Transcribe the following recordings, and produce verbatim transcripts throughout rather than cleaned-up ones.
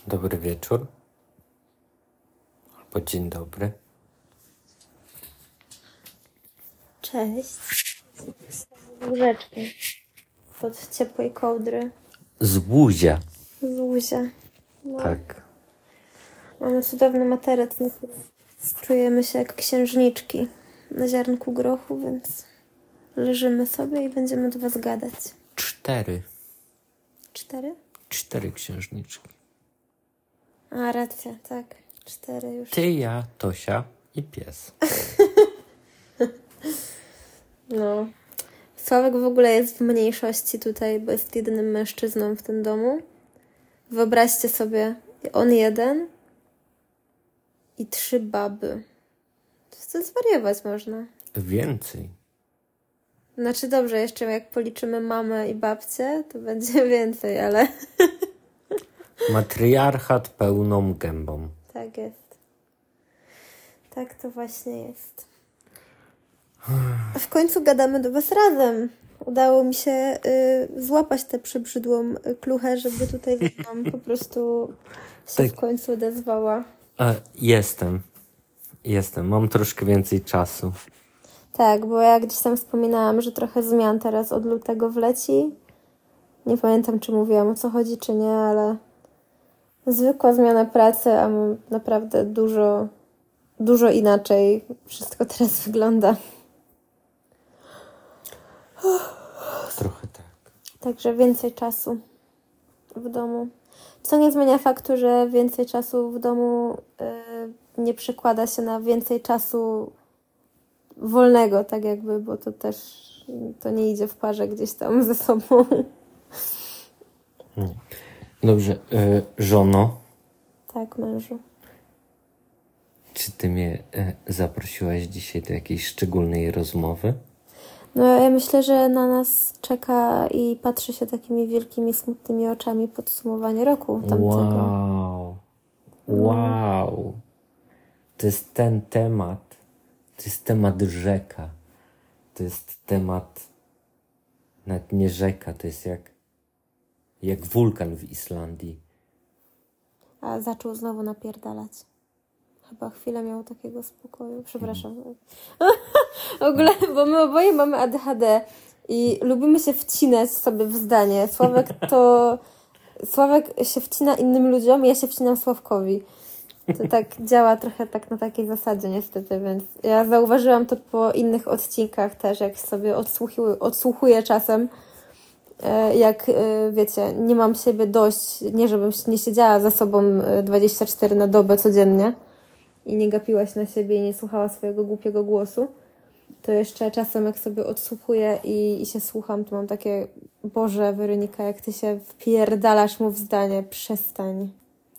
Dobry wieczór. Albo dzień dobry. Cześć. Łóżeczkę pod ciepłej kołdry. Z łuzia. Z łuzia. No. Tak. Mamy cudowny materac. Czujemy się jak księżniczki na ziarnku grochu, więc leżymy sobie i będziemy do was gadać. Cztery. Cztery? Cztery księżniczki. A, racja, tak. Cztery już. Ty, ja, Tosia i pies. No. Sławek w ogóle jest w mniejszości tutaj, bo jest jedynym mężczyzną w tym domu. Wyobraźcie sobie, on jeden i trzy baby. To zwariować można. Więcej. Znaczy dobrze, jeszcze jak policzymy mamę i babcię, to będzie więcej, ale... Matriarchat pełną gębą. Tak jest. Tak to właśnie jest. A w końcu gadamy do was razem. Udało mi się y, złapać tę przybrzydłą kluchę, żeby tutaj wam po prostu się Tak. w końcu odezwała. E, jestem. Jestem. Mam troszkę więcej czasu. Tak, bo ja gdzieś tam wspominałam, że trochę zmian teraz od lutego wleci. Nie pamiętam, czy mówiłam, o co chodzi, czy nie, ale zwykła zmiana pracy, a naprawdę dużo, dużo inaczej wszystko teraz wygląda. Trochę tak. Także więcej czasu w domu. Co nie zmienia faktu, że więcej czasu w domu y, nie przekłada się na więcej czasu wolnego, tak jakby, bo to też to nie idzie w parze gdzieś tam ze sobą. Dobrze. E, żono, Tak, mężu. czy ty mnie e, zaprosiłaś dzisiaj do jakiejś szczególnej rozmowy? No ja myślę, że na nas czeka i patrzy się takimi wielkimi, smutnymi oczami podsumowanie roku tamtego. Wow. Wow. To jest ten temat. To jest temat rzeka. To jest temat nawet nie rzeka, to jest jak jak wulkan w Islandii. A zaczął znowu napierdalać. Chyba chwilę miał takiego spokoju. Przepraszam. W ogóle, bo my oboje mamy A D H D i lubimy się wcinać sobie w zdanie. Sławek to... Sławek się wcina innym ludziom, ja się wcinam Sławkowi. To tak działa trochę tak na takiej zasadzie niestety, więc ja zauważyłam to po innych odcinkach też, jak sobie odsłuchuję, odsłuchuję czasem, jak wiecie, nie mam siebie dość, nie żebym nie siedziała za sobą dwadzieścia cztery na dobę codziennie i nie gapiła się na siebie i nie słuchała swojego głupiego głosu, to jeszcze czasem jak sobie odsłuchuję i, i się słucham, to mam takie, Boże, Weronika, jak ty się wpierdalasz mu w zdanie, przestań.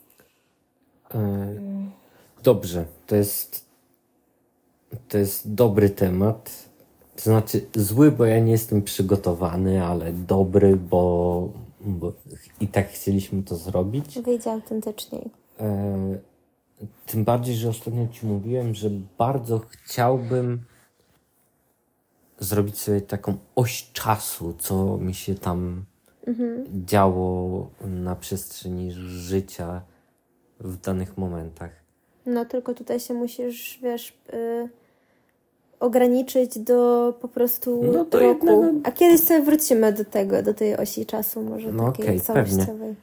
E, dobrze, to jest to jest dobry temat. To znaczy zły, bo ja nie jestem przygotowany, ale dobry, bo, bo i tak chcieliśmy to zrobić. Wyjdzie autentyczniej. E, tym bardziej, że ostatnio ci mówiłem, że bardzo chciałbym zrobić sobie taką oś czasu, co mi się tam mhm. działo na przestrzeni życia w danych momentach. No tylko tutaj się musisz, wiesz, yy, ograniczyć do po prostu no to roku. Jednego... A kiedyś sobie wrócimy do tego, do tej osi czasu, może no takiej okay, całościowej. Pewnie.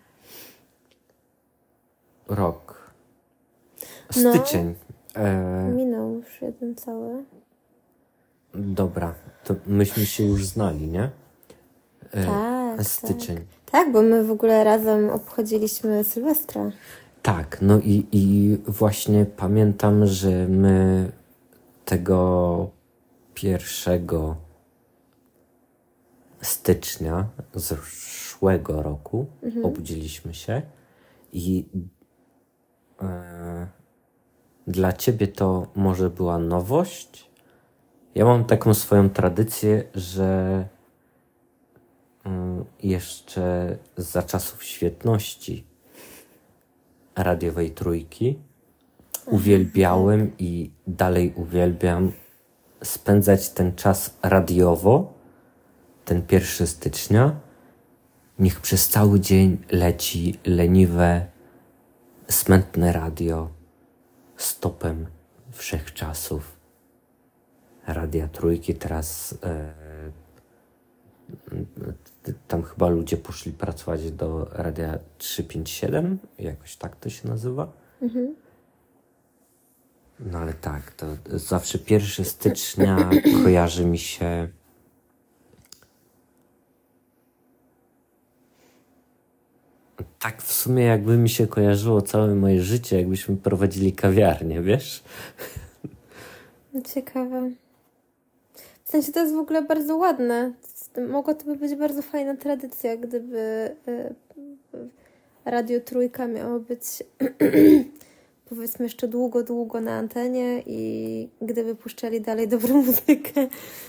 Rok. Styczeń. No, e... minął już jeden cały. Dobra, to myśmy się już znali, nie? E... Tak, Styczeń. Tak. tak, bo my w ogóle razem obchodziliśmy Sylwestra. Tak, no i, i właśnie pamiętam, że my tego pierwszego stycznia zeszłego roku mhm. obudziliśmy się i e, dla ciebie to może była nowość. Ja mam taką swoją tradycję, że y, jeszcze za czasów świetności radiowej trójki uwielbiałem i dalej uwielbiam spędzać ten czas radiowo, ten pierwszego stycznia. Niech przez cały dzień leci leniwe Smętne radio, stopem wszechczasów. Radia Trójki teraz e, tam chyba ludzie poszli pracować do Radia trzysta pięćdziesiąt siedem, jakoś tak to się nazywa. Mhm. No ale tak, to zawsze pierwszego stycznia kojarzy mi się tak w sumie jakby mi się kojarzyło całe moje życie, jakbyśmy prowadzili kawiarnię, wiesz? Ciekawe. W sensie to jest w ogóle bardzo ładne. Mogła to by być bardzo fajna tradycja, gdyby Radio Trójka miało być powiedzmy jeszcze długo, długo na antenie i gdyby puszczali dalej dobrą muzykę.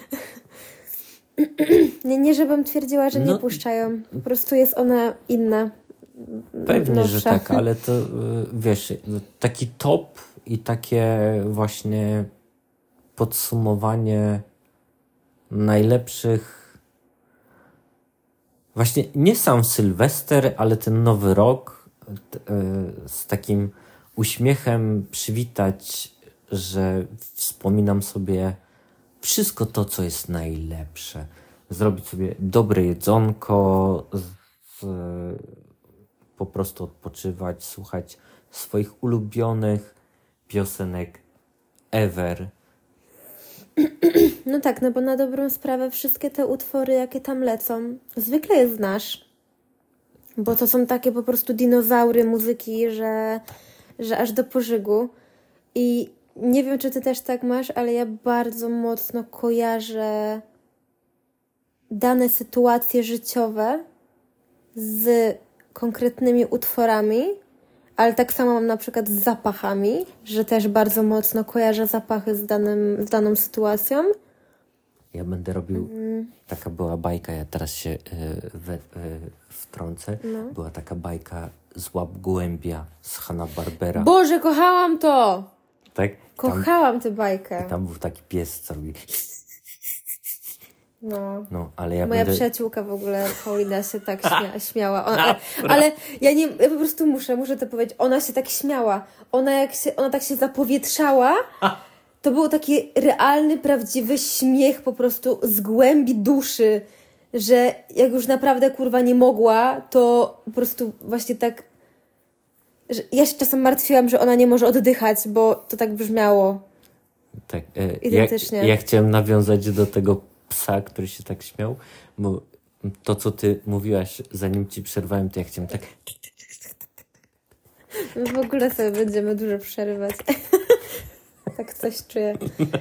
nie, nie żebym twierdziła, że no, nie puszczają. Po prostu jest ona inna. Pewnie, nowsza. że tak, ale to wiesz, taki top i takie właśnie podsumowanie najlepszych właśnie nie sam Sylwester, ale ten nowy rok z takim uśmiechem przywitać, że wspominam sobie wszystko to, co jest najlepsze. Zrobić sobie dobre jedzonko, z, z, po prostu odpoczywać, słuchać swoich ulubionych piosenek ever. No tak, no bo na dobrą sprawę wszystkie te utwory, jakie tam lecą, zwykle je znasz. Bo to są takie po prostu dinozaury muzyki, że, że aż do pożygu. I nie wiem, czy ty też tak masz, ale ja bardzo mocno kojarzę dane sytuacje życiowe z konkretnymi utworami, ale tak samo mam na przykład z zapachami, że też bardzo mocno kojarzę zapachy z, danym, z daną sytuacją. Ja będę robił, mm. taka była bajka, ja teraz się y, we, y, wtrącę, no. Była taka bajka Złap gołębia z Hanna-Barbera. Boże, kochałam to! Tak? Kochałam tę bajkę. Tam był taki pies, co robi... No. no, ale ja Moja będę... przyjaciółka w ogóle, Paulina, się tak śmia- śmiała. Ona, ale, ale ja nie, ja po prostu muszę, muszę to powiedzieć. Ona się tak śmiała. Ona jak się, ona tak się zapowietrzała. To był taki realny, prawdziwy śmiech po prostu z głębi duszy, że jak już naprawdę kurwa nie mogła, to po prostu właśnie tak, że ja się czasem martwiłam, że ona nie może oddychać, bo to tak brzmiało. Tak. E, Identycznie. Ja, ja chciałem nawiązać do tego psa, który się tak śmiał, bo to, co ty mówiłaś, zanim ci przerwałem, to ja chciałem tak... My w ogóle sobie będziemy dużo przerywać. Tak coś czuję.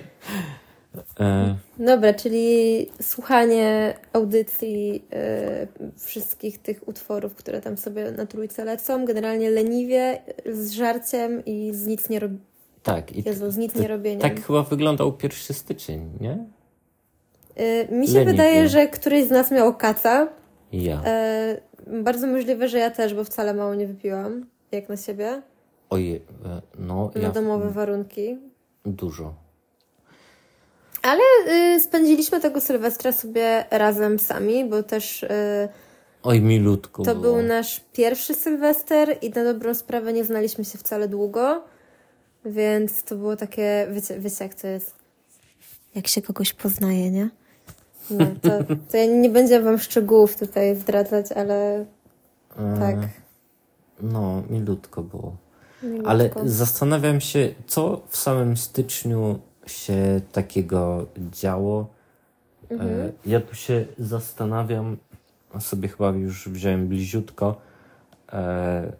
Dobra, czyli słuchanie audycji e, wszystkich tych utworów, które tam sobie na Trójce lecą, generalnie leniwie, z żarciem i z nic nie robieniem. Tak. I Jezu, z nic to, nie robieniem. Tak chyba wyglądał pierwszy styczeń, nie? E, mi się leniwie. wydaje, że któryś z nas miał kaca. Ja. E, bardzo możliwe, że ja też, bo wcale mało nie wypiłam, jak na siebie. Ojej, no... Na ja, domowe warunki. Dużo. Ale y, spędziliśmy tego Sylwestra sobie razem sami, bo też... Y, Oj, milutko To było. był nasz pierwszy Sylwester i na dobrą sprawę nie znaliśmy się wcale długo, więc to było takie... Wiecie, wiecie jak to jest? Jak się kogoś poznaje, nie? No, to, to ja nie będę wam szczegółów tutaj zdradzać, ale e, tak. No, milutko było. Milutko. Ale zastanawiam się, co w samym styczniu się takiego działo. Mhm. Ja tu się zastanawiam, sobie chyba już wziąłem bliziutko e,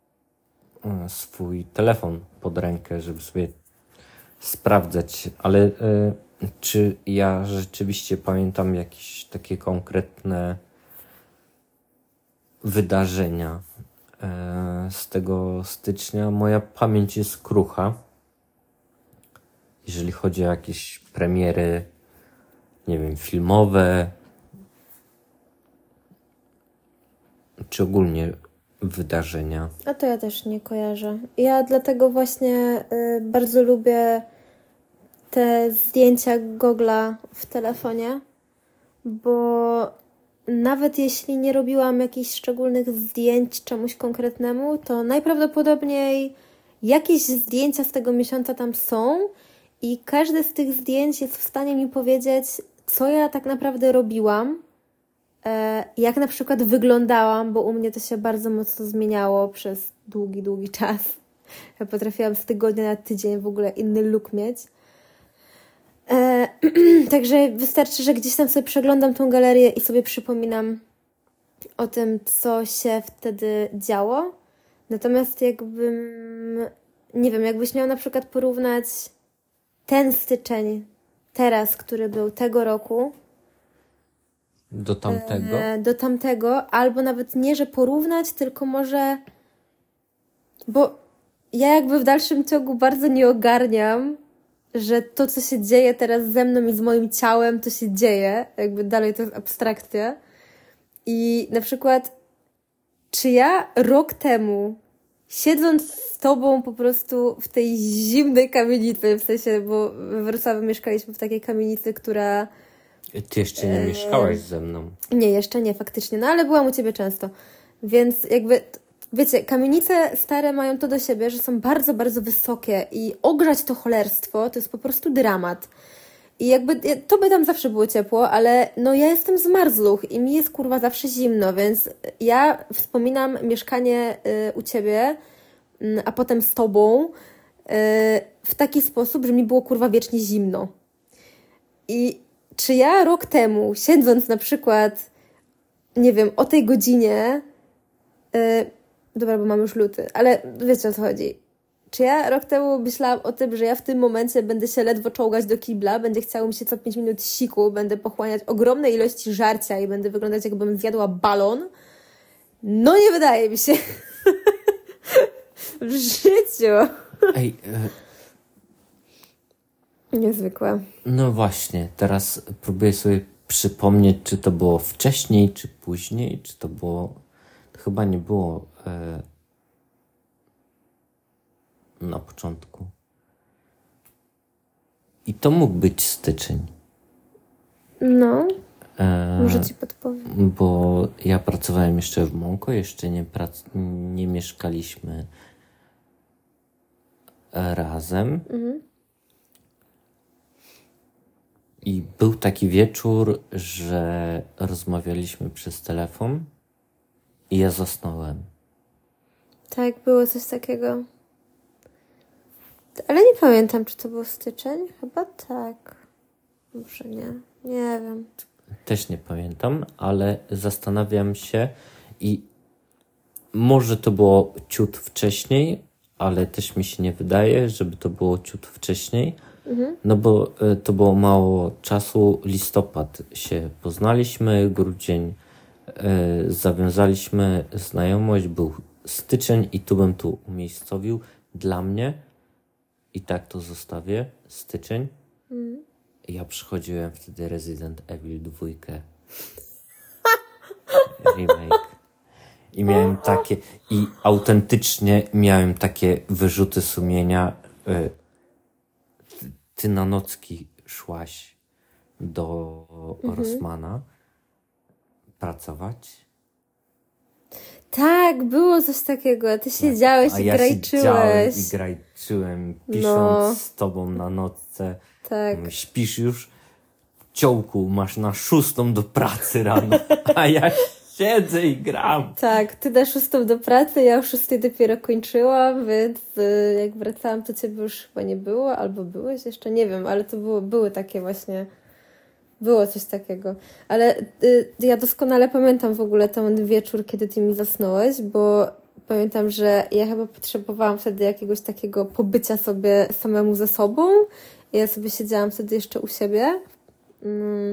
swój telefon pod rękę, żeby sobie sprawdzać, ale e, czy ja rzeczywiście pamiętam jakieś takie konkretne wydarzenia e, z tego stycznia. Moja pamięć jest krucha. Jeżeli chodzi o jakieś premiery, nie wiem, filmowe, czy ogólnie wydarzenia. A to ja też nie kojarzę. Ja dlatego właśnie y, bardzo lubię te zdjęcia Google'a w telefonie, bo nawet jeśli nie robiłam jakichś szczególnych zdjęć czemuś konkretnemu, to najprawdopodobniej jakieś zdjęcia z tego miesiąca tam są i każde z tych zdjęć jest w stanie mi powiedzieć, co ja tak naprawdę robiłam, jak na przykład wyglądałam, bo u mnie to się bardzo mocno zmieniało przez długi, długi czas. Ja potrafiłam z tygodnia na tydzień w ogóle inny look mieć. E, także wystarczy, że gdzieś tam sobie przeglądam tą galerię i sobie przypominam o tym, co się wtedy działo. Natomiast jakbym, nie wiem, jakbyś miał na przykład porównać ten styczeń teraz, który był tego roku, do tamtego, e, do tamtego, albo nawet nie, że porównać, tylko może, bo ja jakby w dalszym ciągu bardzo nie ogarniam, że to, co się dzieje teraz ze mną i z moim ciałem, to się dzieje. Jakby dalej to jest abstrakcja. I na przykład, czy ja rok temu, siedząc z tobą po prostu w tej zimnej kamienicy, w sensie, bo we Wrocławiu mieszkaliśmy w takiej kamienicy, która... Ty jeszcze nie e... mieszkałaś ze mną. Nie, jeszcze nie, faktycznie. No ale byłam u ciebie często. Więc jakby... Wiecie, kamienice stare mają to do siebie, że są bardzo, bardzo wysokie i ogrzać to cholerstwo to jest po prostu dramat. I jakby to by tam zawsze było ciepło, ale no ja jestem zmarzluch i mi jest kurwa zawsze zimno, więc ja wspominam mieszkanie y, u ciebie, y, a potem z tobą y, w taki sposób, że mi było kurwa wiecznie zimno. I czy ja rok temu, siedząc na przykład, nie wiem, o tej godzinie... Y, Dobra, bo mam już luty, ale wiecie o co chodzi. Czy ja rok temu myślałam o tym, że ja w tym momencie będę się ledwo czołgać do kibla, będzie chciało mi się co pięć minut siku, będę pochłaniać ogromne ilości żarcia i będę wyglądać jakbym zjadła balon? No nie wydaje mi się. W życiu. Ej, e... Niezwykłe. No właśnie, teraz próbuję sobie przypomnieć, czy to było wcześniej, czy później, czy to było... To chyba nie było e... na początku. I to mógł być styczeń. No, e... może ci podpowiem. Bo ja pracowałem jeszcze w Monko, jeszcze nie, prac... nie mieszkaliśmy razem. Mhm. I był taki wieczór, że rozmawialiśmy przez telefon i ja zasnąłem. Tak, było coś takiego. Ale nie pamiętam, czy to był styczeń. Chyba tak. Może nie. Nie wiem. Też nie pamiętam, ale zastanawiam się i może to było ciut wcześniej, ale też mi się nie wydaje, żeby to było ciut wcześniej. Mhm. No bo to było mało czasu. Listopad się poznaliśmy, grudzień y, zawiązaliśmy znajomość, był styczeń i tu bym tu umiejscowił dla mnie i tak to zostawię, styczeń. Mhm. Ja przychodziłem wtedy Resident Evil dwa remake i miałem takie i autentycznie miałem takie wyrzuty sumienia. Y, Ty na nocki szłaś do mhm. Rossmana pracować? Tak, było coś takiego. Ty siedziałeś a i ja grajczyłeś. i grajczyłem, pisząc no. z tobą na nocce. Tak. Śpisz już? Ciołku, masz na szóstą do pracy rano, a ja siedzę i gram. Tak, ty na szóstą do pracy, ja o szóstej dopiero kończyłam, więc jak wracałam, to ciebie już chyba nie było, albo byłeś jeszcze, nie wiem, ale to było, były takie właśnie, było coś takiego. Ale y, ja doskonale pamiętam w ogóle ten wieczór, kiedy ty mi zasnąłeś, bo pamiętam, że ja chyba potrzebowałam wtedy jakiegoś takiego pobycia sobie samemu ze sobą. Ja sobie siedziałam wtedy jeszcze u siebie. Mm.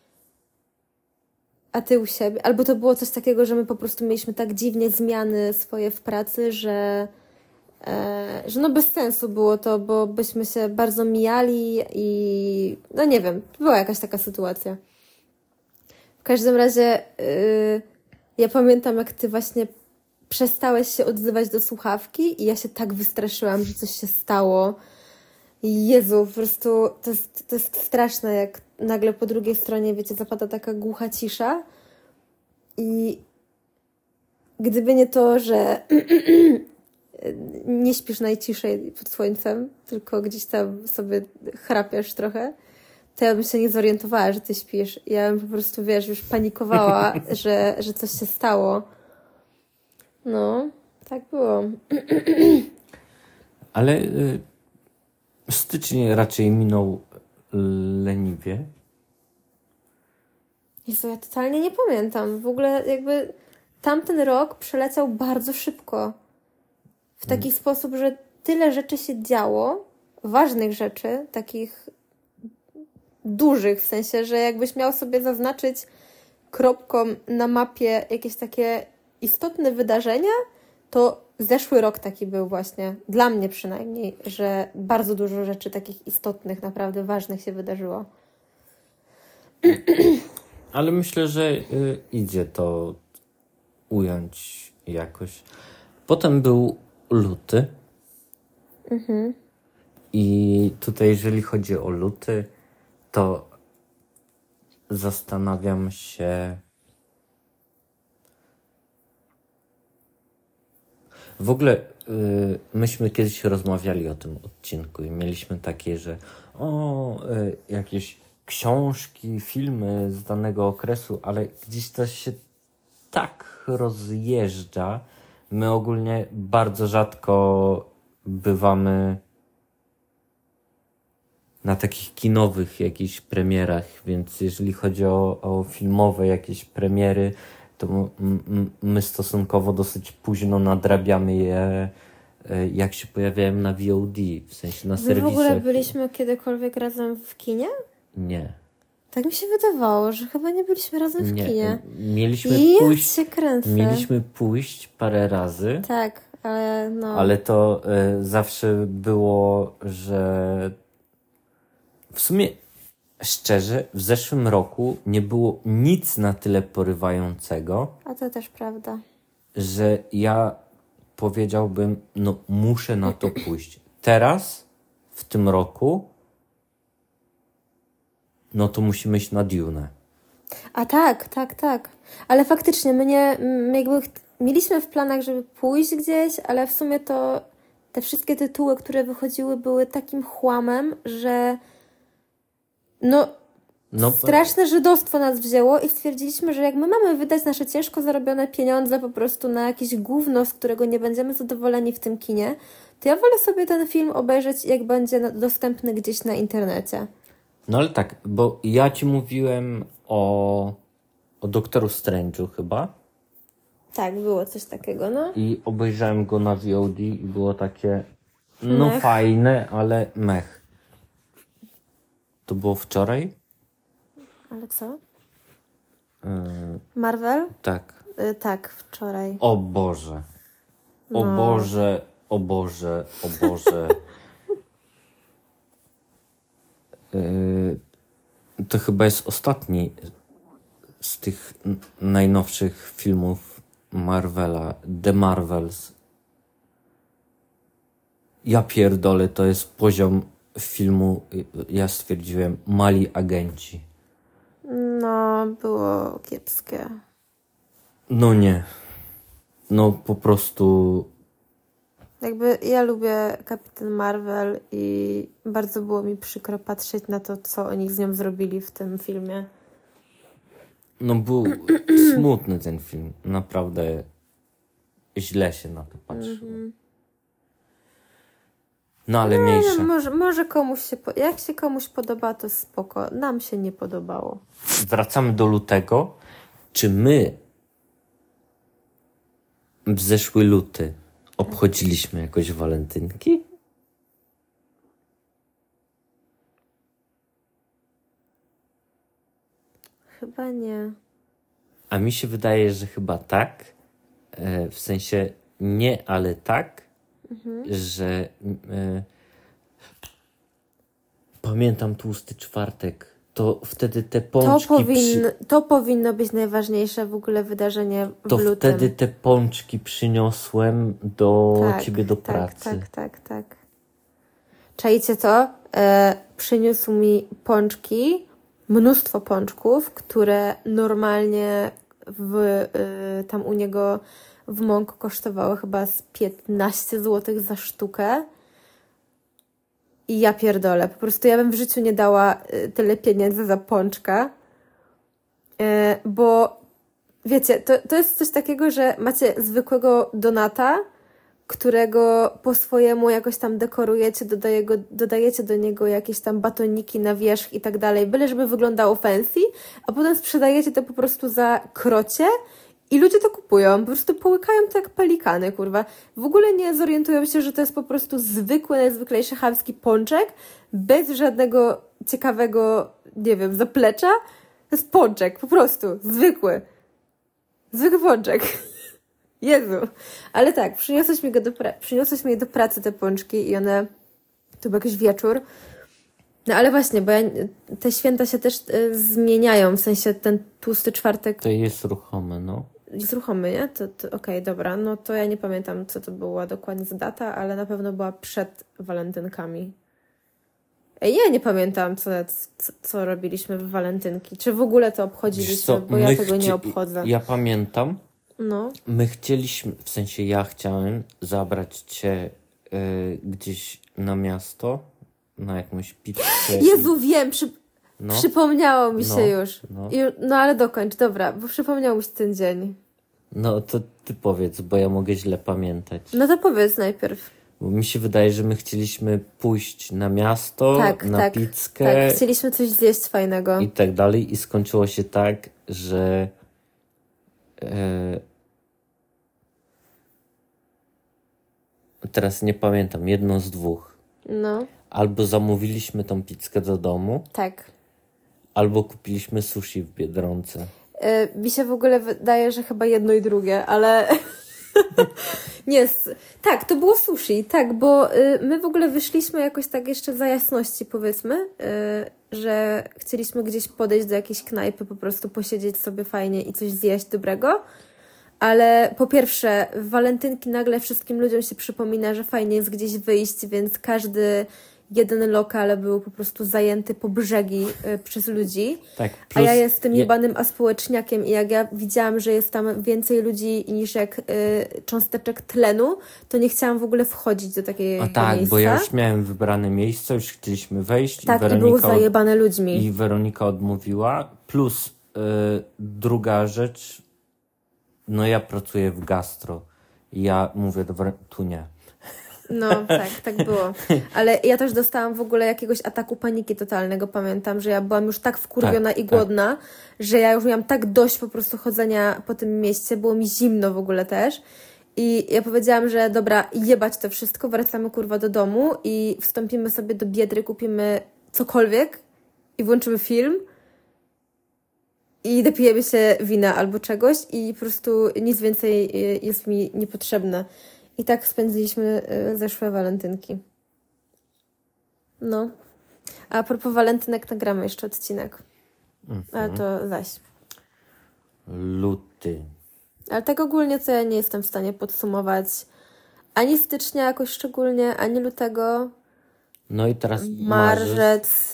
A ty u siebie? Albo to było coś takiego, że my po prostu mieliśmy tak dziwnie zmiany swoje w pracy, że, e, że no bez sensu było to, bo byśmy się bardzo mijali i no nie wiem, była jakaś taka sytuacja. W każdym razie y, ja pamiętam, jak ty właśnie przestałeś się odzywać do słuchawki i ja się tak wystraszyłam, że coś się stało. Jezu, po prostu to jest, to jest straszne, jak nagle po drugiej stronie, wiecie, zapada taka głucha cisza I gdyby nie to, że nie śpisz najciszej pod słońcem, tylko gdzieś tam sobie chrapiesz trochę, to ja bym się nie zorientowała, że ty śpisz. Ja bym po prostu, wiesz, już panikowała, że, że coś się stało. No, tak było. Ale y, styczeń raczej minął leniwie. Jezu, ja totalnie nie pamiętam. W ogóle jakby tamten rok przeleciał bardzo szybko. W taki hmm. sposób, że tyle rzeczy się działo, ważnych rzeczy, takich dużych, w sensie, że jakbyś miał sobie zaznaczyć kropką na mapie jakieś takie istotne wydarzenia, to zeszły rok taki był właśnie, dla mnie przynajmniej, że bardzo dużo rzeczy takich istotnych, naprawdę ważnych się wydarzyło. Ale myślę, że y, idzie to ująć jakoś. Potem był luty. Mhm. I tutaj, jeżeli chodzi o luty, to zastanawiam się. W ogóle y, myśmy kiedyś rozmawiali o tym odcinku i mieliśmy takie, że o, y, jakieś książki, filmy z danego okresu, ale gdzieś to się tak rozjeżdża. My ogólnie bardzo rzadko bywamy na takich kinowych jakichś premierach, więc jeżeli chodzi o, o filmowe jakieś premiery, to m- m- my stosunkowo dosyć późno nadrabiamy je, jak się pojawiają na V O D, w sensie na Wy serwisach. w ogóle byliśmy kiedykolwiek razem w kinie? Nie. Tak mi się wydawało, że chyba nie byliśmy razem w nie. kinie. Mieliśmy I pójść, się kręcę. mieliśmy pójść parę razy. Tak, ale no... Ale to y, zawsze było, że w sumie szczerze, w zeszłym roku nie było nic na tyle porywającego, A to też prawda. że ja powiedziałbym, no muszę na to pójść. Teraz, w tym roku, no to musimy iść na Dune. A tak, tak, tak. Ale faktycznie my nie, my jakby ch- mieliśmy w planach, żeby pójść gdzieś, ale w sumie to te wszystkie tytuły, które wychodziły, były takim chłamem, że no, No, straszne żydostwo nas wzięło i stwierdziliśmy, że jak my mamy wydać nasze ciężko zarobione pieniądze po prostu na jakieś gówno, z którego nie będziemy zadowoleni w tym kinie, to ja wolę sobie ten film obejrzeć, jak będzie na- dostępny gdzieś na internecie. No ale tak, bo ja ci mówiłem o, o Doktoru Strange'u chyba. Tak, było coś takiego, no. I obejrzałem go na V O D i było takie, no Mech. fajne, ale mech. To było wczoraj? Ale co? Yy, Marvel? tak. Y, tak, wczoraj. O Boże. O No. Boże, o Boże, o Boże. yy, to chyba jest ostatni z tych n- najnowszych filmów Marvela, The Marvels. Ja pierdolę, to jest poziom filmu, ja stwierdziłem, Mali agenci. No, było kiepskie. No nie. No po prostu... Jakby ja lubię Kapitan Marvel i bardzo było mi przykro patrzeć na to, co oni z nią zrobili w tym filmie. No był smutny ten film. Naprawdę źle się na to patrzyło. No ale No, mniejsza. może, może komuś się... Po... Jak się komuś podoba, to spoko. Nam się nie podobało. Wracamy do lutego. Czy my w zeszły luty obchodziliśmy jakoś walentynki? Chyba nie. A mi się wydaje, że chyba tak. E, w sensie nie, ale tak, mhm. że e, pamiętam tłusty czwartek. To wtedy te pączki... To, powin... przy... to powinno być najważniejsze w ogóle wydarzenie w to lutym. wtedy te pączki przyniosłem do tak, ciebie do tak, pracy. Tak, tak, tak. Czajcie to? E, przyniósł mi pączki, mnóstwo pączków, które normalnie w, y, tam u niego w Monk kosztowały chyba z piętnaście złotych za sztukę. I ja pierdolę. Po prostu ja bym w życiu nie dała y, tyle pieniędzy za pączka. Y, bo wiecie, to, to jest coś takiego, że macie zwykłego donata, którego po swojemu jakoś tam dekorujecie, dodaje go, dodajecie do niego jakieś tam batoniki na wierzch i tak dalej, byle żeby wyglądało fancy, a potem sprzedajecie to po prostu za krocie i ludzie to kupują, po prostu połykają to jak pelikany, kurwa. W ogóle nie zorientują się, że to jest po prostu zwykły, najzwyklejszy chamski pączek, bez żadnego ciekawego, nie wiem, zaplecza. To jest pączek, po prostu, zwykły. Zwykły pączek. Jezu. Ale tak, przyniosłeś mi, go do pra- przyniosłeś mi do pracy te pączki i one... To był jakiś wieczór. No ale właśnie, bo ja, te święta się też y, zmieniają, w sensie ten tłusty czwartek... To jest ruchome, no. Jest ruchomy, nie? To, to okej, okay, dobra. No to ja nie pamiętam, co to była dokładnie za data, ale na pewno była przed walentynkami. Ej, ja nie pamiętam, co, co, co robiliśmy w walentynki. Czy w ogóle to obchodziliśmy, co, bo ja tego chci- nie obchodzę. Ja pamiętam. No. My chcieliśmy, w sensie ja chciałem zabrać cię y, gdzieś na miasto, na jakąś pizzę. Jezu, wiem, przy, no. przypomniało mi się no, już. No. I, no ale dokończ, dobra, bo przypomniał mi się ten dzień. No to ty powiedz, bo ja mogę źle pamiętać. No to powiedz najpierw. Bo mi się wydaje, że my chcieliśmy pójść na miasto, tak, na tak, pizzkę. Tak, chcieliśmy coś zjeść fajnego. I tak dalej. I skończyło się tak, że e, teraz nie pamiętam, jedno z dwóch. No. Albo zamówiliśmy tą pizzkę do domu. Tak. Albo kupiliśmy sushi w Biedronce. Yy, mi się w ogóle wydaje, że chyba jedno i drugie, ale... Nie, tak, to było sushi, tak, bo y, my w ogóle wyszliśmy jakoś tak jeszcze za jasności, powiedzmy, y, że chcieliśmy gdzieś podejść do jakiejś knajpy, po prostu posiedzieć sobie fajnie i coś zjeść dobrego, ale po pierwsze w walentynki nagle wszystkim ludziom się przypomina, że fajnie jest gdzieś wyjść, więc każdy jeden lokal był po prostu zajęty po brzegi y, przez ludzi. Tak, a ja jestem jebanym aspołeczniakiem i jak ja widziałam, że jest tam więcej ludzi niż jak y, cząsteczek tlenu, to nie chciałam w ogóle wchodzić do takiego A tak, miejsca. bo ja już miałem wybrane miejsce, już chcieliśmy wejść. Tak, i, Weronika i było zajebane ludźmi. I Weronika odmówiła. Plus y, druga rzecz, no ja pracuję w gastro. I ja mówię, dobra, tu nie. No, tak, tak było. Ale ja też dostałam w ogóle jakiegoś ataku paniki totalnego, pamiętam, że ja byłam już tak wkurwiona tak, i głodna, tak. że ja już miałam tak dość po prostu chodzenia po tym mieście, było mi zimno w ogóle też. I ja powiedziałam, że dobra, jebać to wszystko, wracamy kurwa do domu i wstąpimy sobie do Biedry, kupimy cokolwiek i włączymy film i dopijemy się wina albo czegoś i po prostu nic więcej jest mi niepotrzebne. I tak spędziliśmy zeszłe walentynki. No. A, a propos walentynek, nagramy jeszcze odcinek. Mhm. Ale to zaś. Luty. Ale tak ogólnie to ja nie jestem w stanie podsumować ani stycznia jakoś szczególnie, ani lutego. No i teraz marzec. marzec.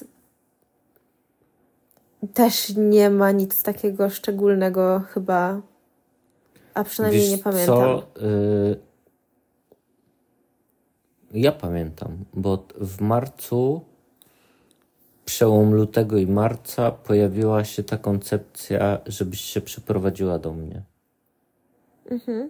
Też nie ma nic takiego szczególnego chyba. A przynajmniej Wiesz nie pamiętam. Co? Y- Ja pamiętam, bo w marcu, przełom lutego i marca, pojawiła się ta koncepcja, żebyś się przeprowadziła do mnie. Mhm.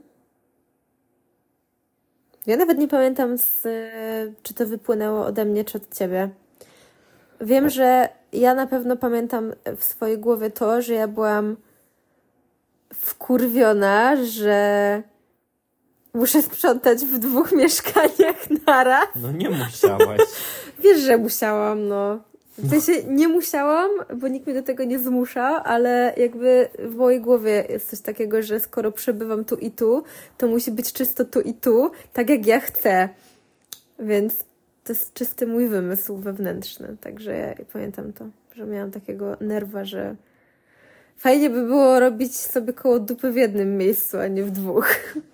Ja nawet nie pamiętam, z, czy to wypłynęło ode mnie, czy od ciebie. Wiem, że ja na pewno pamiętam w swojej głowie to, że ja byłam wkurwiona, że muszę sprzątać w dwóch mieszkaniach naraz. No nie musiałaś. Wiesz, że musiałam, no. W sensie nie musiałam, bo nikt mnie do tego nie zmuszał, ale jakby w mojej głowie jest coś takiego, że skoro przebywam tu i tu, to musi być czysto tu i tu, tak jak ja chcę. Więc to jest czysty mój wymysł wewnętrzny. Także ja pamiętam to, że miałam takiego nerwa, że fajnie by było robić sobie koło dupy w jednym miejscu, a nie w dwóch.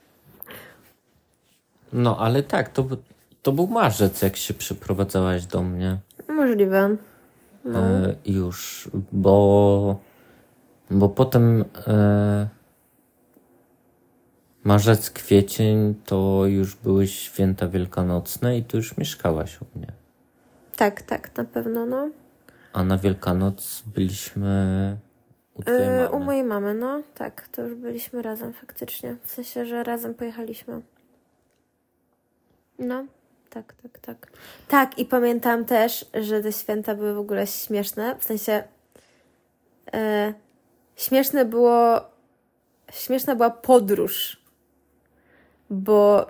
No, ale tak, to, to był marzec, jak się przeprowadzałaś do mnie. Możliwe. No. E, już, bo bo potem e, Marzec, kwiecień to już były święta wielkanocne i tu już mieszkałaś u mnie. Tak, tak, na pewno, no. A na Wielkanoc byliśmy u twojej Yy, mamy. u mojej mamy, no. Tak, to już byliśmy razem faktycznie. W sensie, że razem pojechaliśmy. No, tak, tak, tak. Tak, i pamiętam też, że te święta były w ogóle śmieszne. W sensie yy, śmieszne było śmieszna była podróż. Bo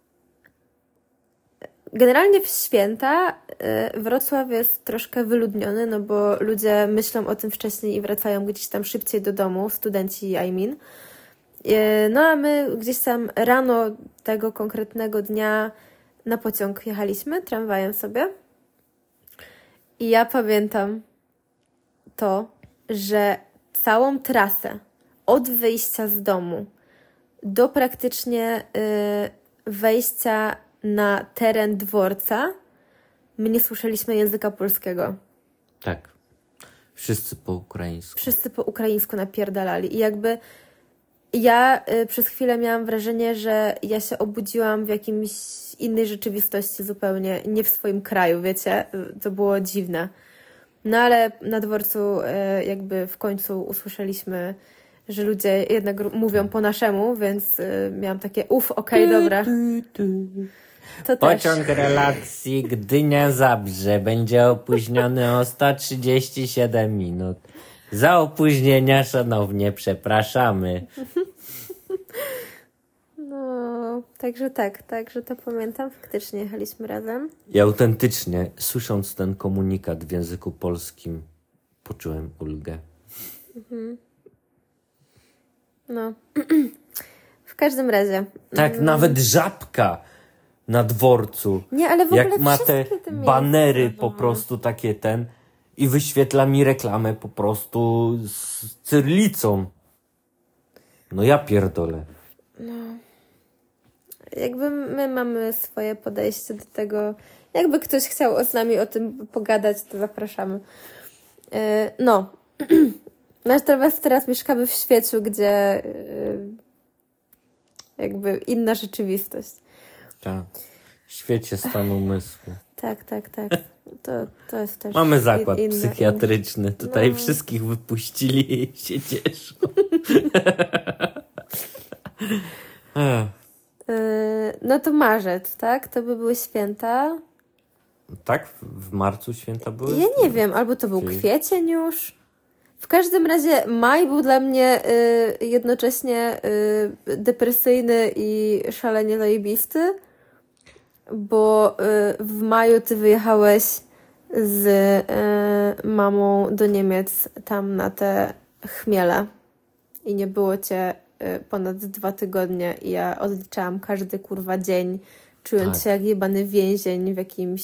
generalnie w święta y, Wrocław jest troszkę wyludniony, no bo ludzie myślą o tym wcześniej i wracają gdzieś tam szybciej do domu, studenci I mean. Y, no a my gdzieś tam rano tego konkretnego dnia na pociąg jechaliśmy, tramwajem sobie. I ja pamiętam to, że całą trasę od wyjścia z domu do praktycznie y, wejścia na teren dworca my nie słyszeliśmy języka polskiego. Tak. Wszyscy po ukraińsku. Wszyscy po ukraińsku napierdalali. I jakby ja y, przez chwilę miałam wrażenie, że ja się obudziłam w jakimś innej rzeczywistości zupełnie, nie w swoim kraju, wiecie? To było dziwne. No ale na dworcu y, jakby w końcu usłyszeliśmy, że ludzie jednak mówią po naszemu, więc y, miałam takie uff, okej, okay, dobra. To Pociąg też. relacji Gdynia-Zabrze będzie opóźniony o sto trzydzieści siedem minut. Za opóźnienia szanownie przepraszamy. No, także tak, także to pamiętam. Faktycznie jechaliśmy razem. I autentycznie, słysząc ten komunikat w języku polskim, poczułem ulgę. Mhm. No. W każdym razie. Tak, mm. nawet żabka na dworcu. Nie, ale w ogóle jak ma te banery miejsce, po prostu takie ten i wyświetla mi reklamę po prostu z cyrlicą. No ja pierdolę. No. Jakby my mamy swoje podejście do tego. Jakby ktoś chciał z nami o tym pogadać, to zapraszamy. Yy, no. Natomiast teraz mieszkamy w świecie, gdzie yy, jakby inna rzeczywistość. Tak. W świecie stanu umysłu. Tak, tak, tak. To, to jest też... Mamy zakład inna, psychiatryczny. Tutaj no. wszystkich wypuścili i się cieszą. yy, no to marzec, tak? To by były święta. Tak? W marcu święta były? Ja nie wiem, albo to był kwiecień już. W każdym razie maj był dla mnie y, jednocześnie y, depresyjny i szalenie zajebisty, bo y, w maju ty wyjechałeś z y, mamą do Niemiec tam na te chmiele i nie było cię y, ponad dwa tygodnie i ja odliczałam każdy kurwa dzień, czując tak. się jak jebany więzień w jakimś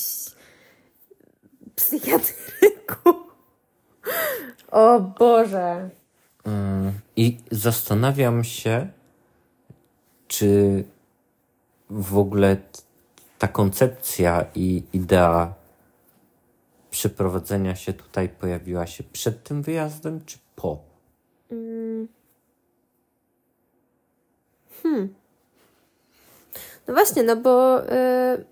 psychiatryku. O Boże. I zastanawiam się, czy w ogóle ta koncepcja i idea przeprowadzenia się tutaj pojawiła się przed tym wyjazdem, czy po? Hmm. No właśnie, no bo yy,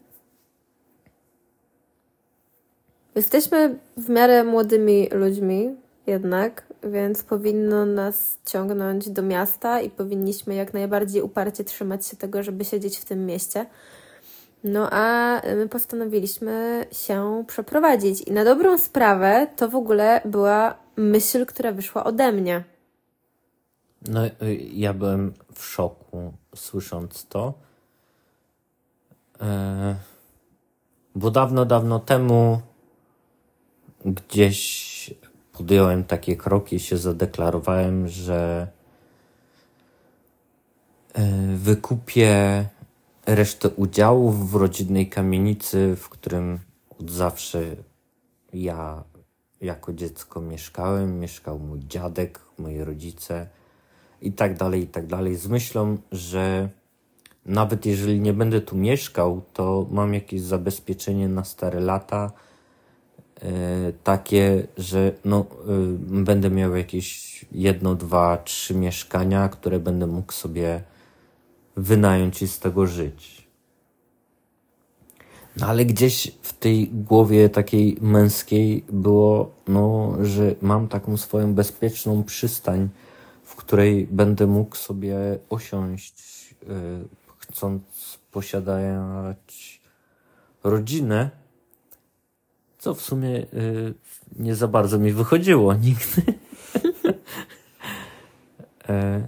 jesteśmy w miarę młodymi ludźmi jednak, więc powinno nas ciągnąć do miasta i powinniśmy jak najbardziej uparcie trzymać się tego, żeby siedzieć w tym mieście. No a my postanowiliśmy się przeprowadzić i na dobrą sprawę to w ogóle była myśl, która wyszła ode mnie. No ja byłem w szoku słysząc to, e, bo dawno, dawno temu gdzieś podjąłem takie kroki, się zadeklarowałem, że wykupię resztę udziałów w rodzinnej kamienicy, w którym od zawsze ja jako dziecko mieszkałem, mieszkał mój dziadek, moi rodzice i tak dalej, i tak dalej, z myślą, że nawet jeżeli nie będę tu mieszkał, to mam jakieś zabezpieczenie na stare lata, takie, że no, y, będę miał jakieś jedno, dwa, trzy mieszkania, które będę mógł sobie wynająć i z tego żyć. No ale gdzieś w tej głowie takiej męskiej było, no, że mam taką swoją bezpieczną przystań, w której będę mógł sobie osiąść, yy, chcąc posiadać rodzinę, co w sumie yy, nie za bardzo mi wychodziło nigdy. e,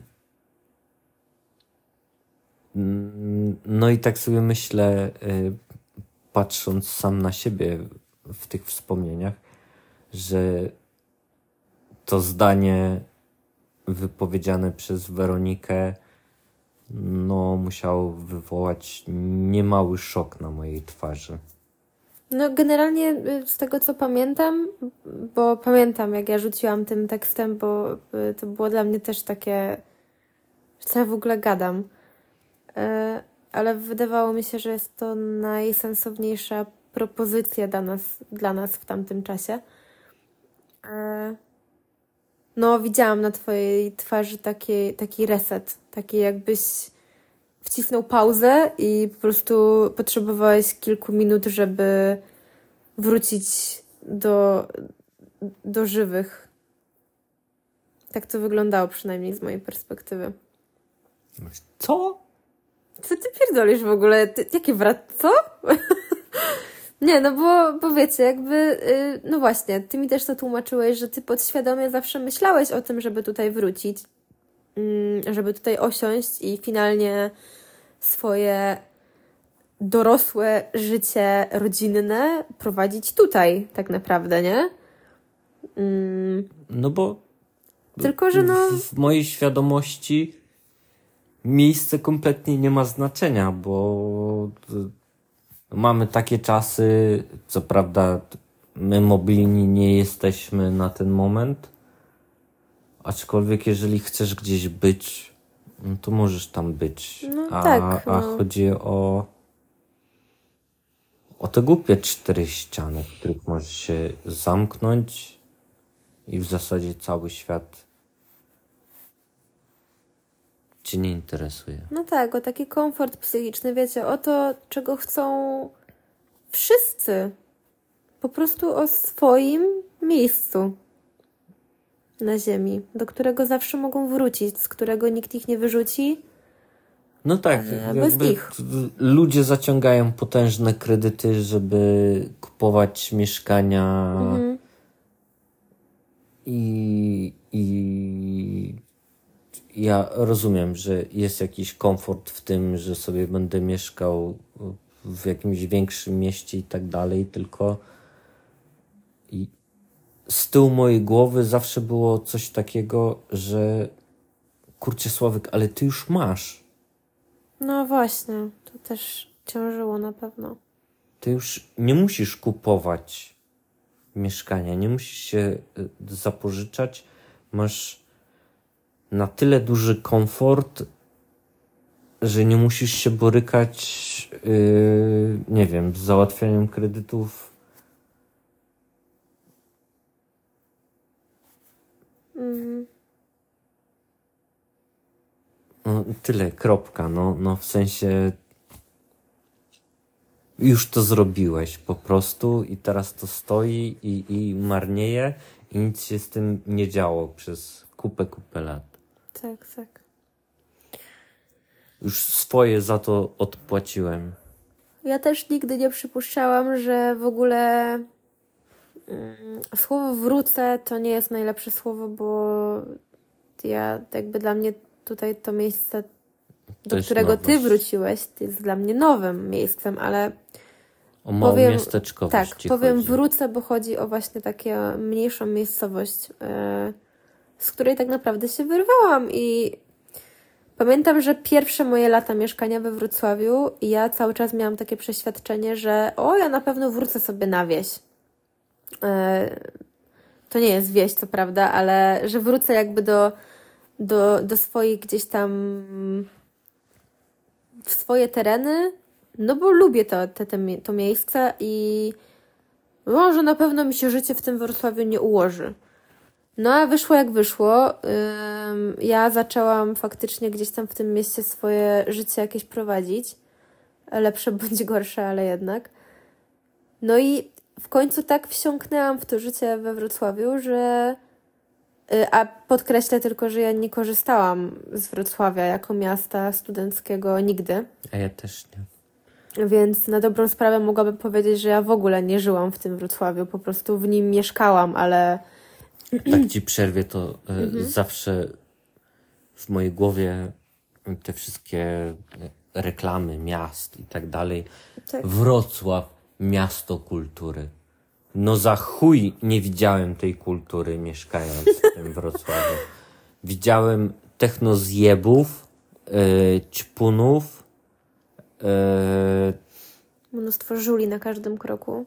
no i tak sobie myślę, yy, patrząc sam na siebie w tych wspomnieniach, że to zdanie wypowiedziane przez Weronikę no musiało wywołać niemały szok na mojej twarzy. No generalnie z tego co pamiętam, bo pamiętam jak ja rzuciłam tym tekstem, bo to było dla mnie też takie, co ja w ogóle gadam. Ale wydawało mi się, że jest to najsensowniejsza propozycja dla nas, dla nas w tamtym czasie. No, widziałam na twojej twarzy taki, taki reset, taki jakbyś wcisnął pauzę i po prostu potrzebowałeś kilku minut, żeby wrócić do, do żywych. Tak to wyglądało przynajmniej z mojej perspektywy. Co? Co ty pierdolisz w ogóle? Ty, jaki brat? Co? Nie, no bo, bo wiecie, jakby, yy, no właśnie, ty mi też to tłumaczyłeś, że ty podświadomie zawsze myślałeś o tym, żeby tutaj wrócić, yy, żeby tutaj osiąść i finalnie swoje dorosłe życie rodzinne prowadzić tutaj, tak naprawdę, nie? Yy. No bo tylko, że no... w, w mojej świadomości miejsce kompletnie nie ma znaczenia, bo mamy takie czasy, co prawda my mobilni nie jesteśmy na ten moment, aczkolwiek jeżeli chcesz gdzieś być, no to możesz tam być. No a, tak, no. a chodzi o o te głupie cztery ściany, w których możesz się zamknąć i w zasadzie cały świat cię nie interesuje. No tak, o taki komfort psychiczny, wiecie, o to, czego chcą wszyscy. Po prostu o swoim miejscu na ziemi, do którego zawsze mogą wrócić, z którego nikt ich nie wyrzuci. No tak, bez ich. Ludzie zaciągają potężne kredyty, żeby kupować mieszkania mhm. i, i ja rozumiem, że jest jakiś komfort w tym, że sobie będę mieszkał w jakimś większym mieście i tak dalej, tylko i z tyłu mojej głowy zawsze było coś takiego, że kurczę Sławek, ale ty już masz. No właśnie, to też ciążyło na pewno. Ty już nie musisz kupować mieszkania, nie musisz się zapożyczać, masz na tyle duży komfort, że nie musisz się borykać, yy, nie wiem, z załatwianiem kredytów. Mhm. No, tyle, kropka. No, no w sensie już to zrobiłeś po prostu i teraz to stoi i, i marnieje i nic się z tym nie działo przez kupę, kupę lat. Tak, tak. Już swoje za to odpłaciłem. Ja też nigdy nie przypuszczałam, że w ogóle mm, słowo wrócę to nie jest najlepsze słowo, bo ja jakby dla mnie tutaj to miejsce, do którego nowość. ty wróciłeś, to jest dla mnie nowym miejscem, ale o małą powiem, miasteczkowość tak, powiem chodzi. wrócę, bo chodzi o właśnie taką mniejszą miejscowość, yy, z której tak naprawdę się wyrwałam i pamiętam, że pierwsze moje lata mieszkania we Wrocławiu i ja cały czas miałam takie przeświadczenie, że o, ja na pewno wrócę sobie na wieś. Yy, to nie jest wieś, co prawda, ale że wrócę jakby do, do, do swoich gdzieś tam w swoje tereny, no bo lubię to, te, te, to miejsce i może na pewno mi się życie w tym Wrocławiu nie ułoży. No a wyszło jak wyszło. Ym, ja zaczęłam faktycznie gdzieś tam w tym mieście swoje życie jakieś prowadzić. Lepsze bądź gorsze, ale jednak. No i w końcu tak wsiąknęłam w to życie we Wrocławiu, że... A podkreślę tylko, że ja nie korzystałam z Wrocławia jako miasta studenckiego nigdy. A ja też nie. Więc na dobrą sprawę mogłabym powiedzieć, że ja w ogóle nie żyłam w tym Wrocławiu. Po prostu w nim mieszkałam, ale... Tak ci przerwie, to y, zawsze w mojej głowie te wszystkie reklamy miast i tak dalej. Tak. Wrocław, miasto kultury. No za chuj nie widziałem tej kultury mieszkając w tym Wrocławiu. Widziałem technozjebów, yy, ćpunów, yy... mnóstwo żuli na każdym kroku.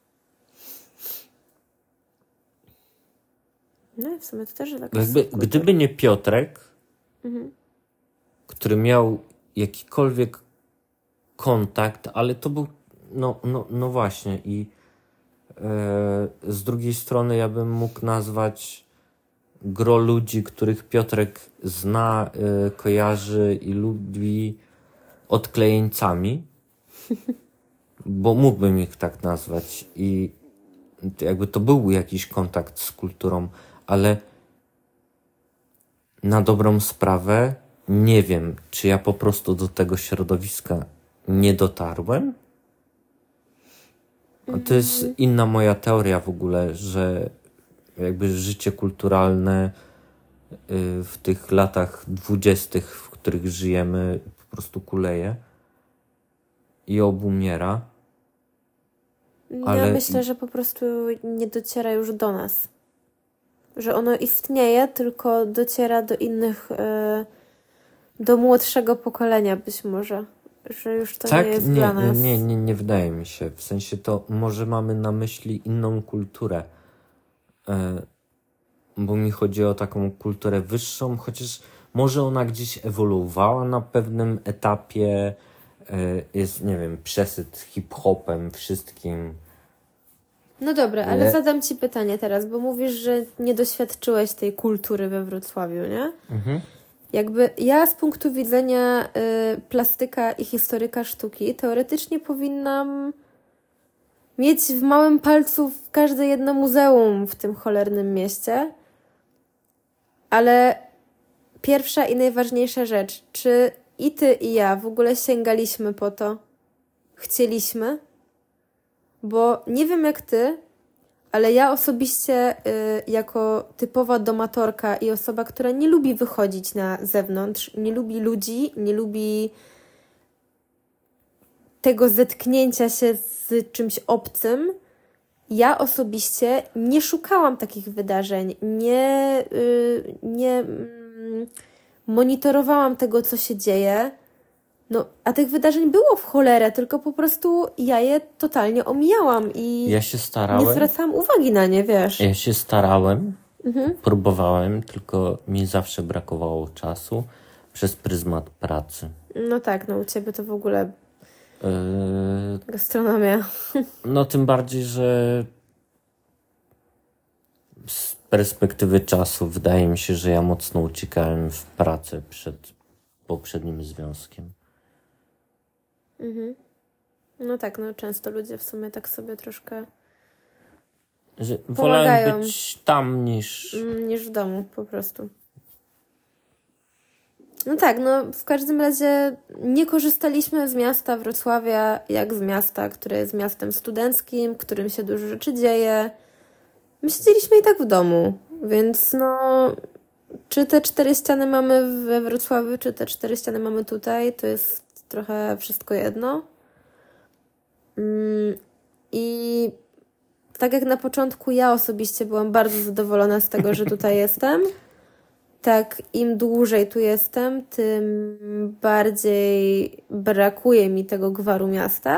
No i w sumie to też tak. Jakby, gdyby nie Piotrek, mhm. który miał jakikolwiek kontakt, ale to był, no, no, no właśnie i e, z drugiej strony ja bym mógł nazwać gro ludzi, których Piotrek zna, e, kojarzy i lubi odklejeńcami, bo mógłbym ich tak nazwać i jakby to był jakiś kontakt z kulturą, ale na dobrą sprawę nie wiem, czy ja po prostu do tego środowiska nie dotarłem. To jest inna moja teoria w ogóle, że jakby życie kulturalne w tych latach dwudziestych, w których żyjemy, po prostu kuleje i obumiera. Ale... Ja myślę, że po prostu nie dociera już do nas. Że ono istnieje, tylko dociera do innych, yy, do młodszego pokolenia być może. Że już to tak? nie jest nie, dla nas. Nie, nie, nie wydaje mi się. W sensie to może mamy na myśli inną kulturę. Yy, bo mi chodzi o taką kulturę wyższą, chociaż może ona gdzieś ewoluowała na pewnym etapie. Yy, jest, nie wiem, przesyt hip-hopem, wszystkim. No dobra, ale zadam ci pytanie teraz, bo mówisz, że nie doświadczyłeś tej kultury we Wrocławiu, nie? Mhm. Jakby ja z punktu widzenia y, plastyka i historyka sztuki teoretycznie powinnam mieć w małym palcu każde jedno muzeum w tym cholernym mieście, ale pierwsza i najważniejsza rzecz, czy i ty i ja w ogóle sięgaliśmy po to? Chcieliśmy? Bo nie wiem jak ty, ale ja osobiście y, jako typowa domatorka i osoba, która nie lubi wychodzić na zewnątrz, nie lubi ludzi, nie lubi tego zetknięcia się z czymś obcym, ja osobiście nie szukałam takich wydarzeń, nie, y, nie y, monitorowałam tego, co się dzieje. No, a tych wydarzeń było w cholerę, tylko po prostu ja je totalnie omijałam i ja się starałem, nie zwracałam uwagi na nie, wiesz. Ja się starałem, mhm. próbowałem, tylko mi zawsze brakowało czasu przez pryzmat pracy. No tak, no u ciebie to w ogóle yy... gastronomia. No tym bardziej, że z perspektywy czasu wydaje mi się, że ja mocno uciekałem w pracę przed poprzednim związkiem. Mhm. No tak, no często ludzie w sumie tak sobie troszkę że wolałem być tam niż... niż w domu po prostu. No tak, no w każdym razie nie korzystaliśmy z miasta Wrocławia jak z miasta, które jest miastem studenckim, w którym się dużo rzeczy dzieje. My siedzieliśmy i tak w domu, więc no czy te cztery ściany mamy we Wrocławiu, czy te cztery ściany mamy tutaj, to jest trochę wszystko jedno. I tak jak na początku ja osobiście byłam bardzo zadowolona z tego, że tutaj jestem, tak im dłużej tu jestem, tym bardziej brakuje mi tego gwaru miasta.